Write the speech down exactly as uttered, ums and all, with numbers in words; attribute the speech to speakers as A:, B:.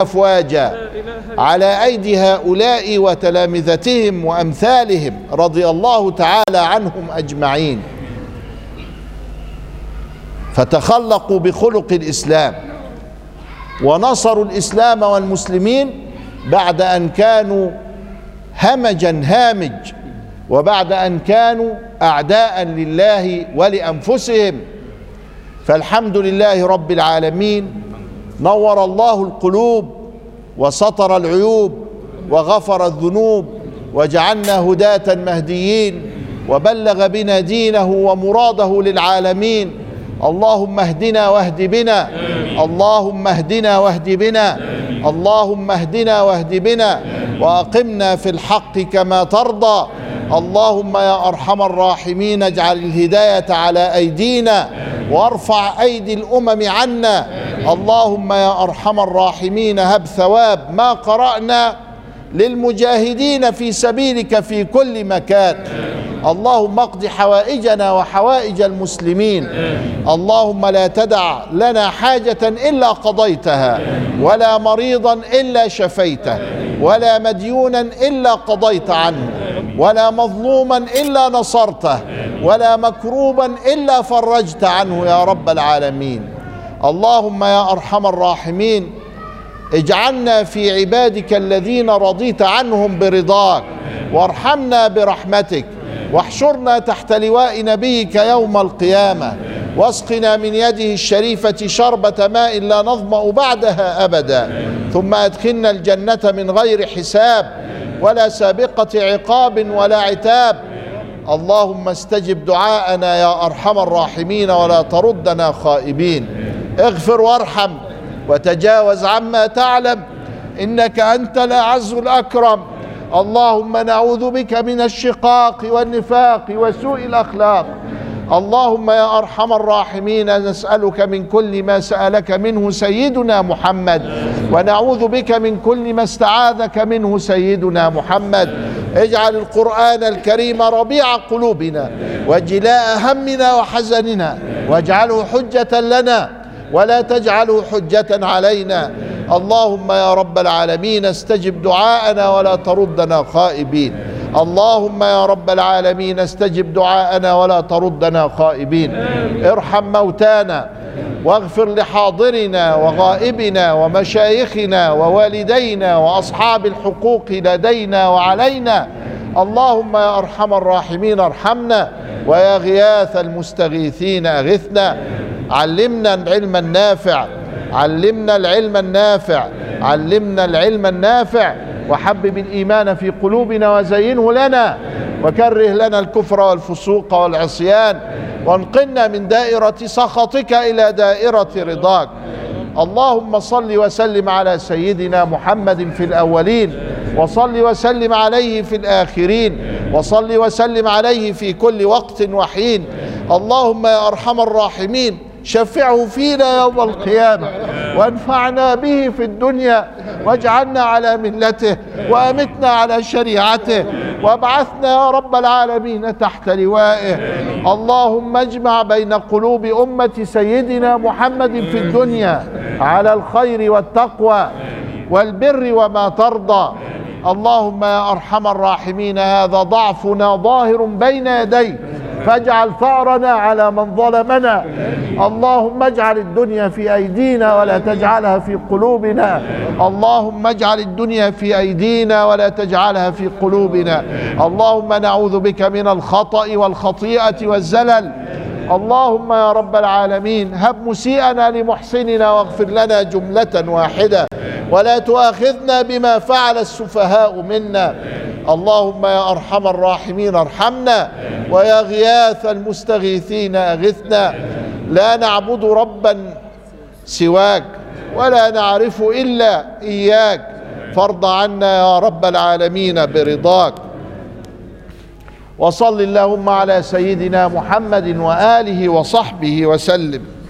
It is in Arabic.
A: أفواجا على أيدي هؤلاء وتلامذتهم وأمثالهم رضي الله تعالى عنهم أجمعين، فتخلقوا بخلق الإسلام ونصروا الإسلام والمسلمين بعد أن كانوا همجا هامج، وبعد أن كانوا أعداء لله ولأنفسهم. فالحمد لله رب العالمين، نور الله القلوب وسطر العيوب وغفر الذنوب وجعلنا هداة مهديين، وبلغ بنا دينه ومراده للعالمين. اللهم اهدنا واهد بنا، اللهم اهدنا واهد بنا، اللهم اهدنا واهد بنا، وأقمنا في الحق كما ترضى. اللهم يا أرحم الراحمين اجعل الهداية على أيدينا وارفع أيدي الأمم عنا. اللهم يا أرحم الراحمين هب ثواب ما قرأنا للمجاهدين في سبيلك في كل مكان. اللهم اقض حوائجنا وحوائج المسلمين. اللهم لا تدع لنا حاجة إلا قضيتها، ولا مريضا إلا شفيته، ولا مديونا إلا قضيت عنه، ولا مظلوما إلا نصرته، ولا مكروبا إلا فرجت عنه يا رب العالمين. اللهم يا أرحم الراحمين اجعلنا في عبادك الذين رضيت عنهم برضاك، وارحمنا برحمتك، واحشرنا تحت لواء نبيك يوم القيامة، واسقنا من يده الشريفة شربة ماء لا نظمأ بعدها أبدا، ثم أدخلنا الجنة من غير حساب ولا سابقة عقاب ولا عتاب. اللهم استجب دعاءنا يا أرحم الراحمين ولا تردنا خائبين. اغفر وارحم وتجاوز عما تعلم، إنك أنت الأعز الأكرم. اللهم نعوذ بك من الشقاق والنفاق وسوء الأخلاق. اللهم يا أرحم الراحمين نسألك من كل ما سألك منه سيدنا محمد، ونعوذ بك من كل ما استعاذك منه سيدنا محمد. اجعل القرآن الكريم ربيع قلوبنا وجلاء همنا وحزننا، واجعله حجة لنا ولا تجعله حجة علينا. اللهم يا رب العالمين استجب دعاءنا ولا تردنا خائبين. اللهم يا رب العالمين استجب دعاءنا ولا تردنا خائبين. ارحم موتانا واغفر لحاضرنا وغائبنا ومشايخنا ووالدينا وأصحاب الحقوق لدينا وعلينا. اللهم يا أرحم الراحمين ارحمنا، ويا غياث المستغيثين أغثنا. علمنا العلم النافع، علمنا العلم النافع، علمنا العلم النافع، وحبب الإيمان في قلوبنا وزينه لنا، وكره لنا الكفر والفسوق والعصيان، وانقلنا من دائرة سخطك إلى دائرة رضاك. اللهم صل وسلم على سيدنا محمد في الأولين، وصل وسلم عليه في الآخرين، وصل وسلم عليه في كل وقت وحين. اللهم يا أرحم الراحمين شفعه فينا يوم القيامة، وانفعنا به في الدنيا، واجعلنا على ملته، وأمتنا على شريعته، وابعثنا يا رب العالمين تحت لوائه. اللهم اجمع بين قلوب أمة سيدنا محمد في الدنيا على الخير والتقوى والبر وما ترضى. اللهم يا أرحم الراحمين هذا ضعفنا ظاهر بين يديك، فاجعل ثأرنا على من ظلمنا. اللهم اجعل الدنيا في أيدينا ولا تجعلها في قلوبنا. اللهم اجعل الدنيا في أيدينا ولا تجعلها في قلوبنا. اللهم نعوذ بك من الخطأ والخطيئة والزلل. اللهم يا رب العالمين هب مسيئنا لمحسننا، واغفر لنا جملة واحدة، ولا تؤاخذنا بما فعل السفهاء منا. اللهم يا أرحم الراحمين ارحمنا، ويا غياث المستغيثين أغثنا. لا نعبد ربا سواك، ولا نعرف إلا إياك، فارض عنا يا رب العالمين برضاك. وصل اللهم على سيدنا محمد وآله وصحبه وسلم.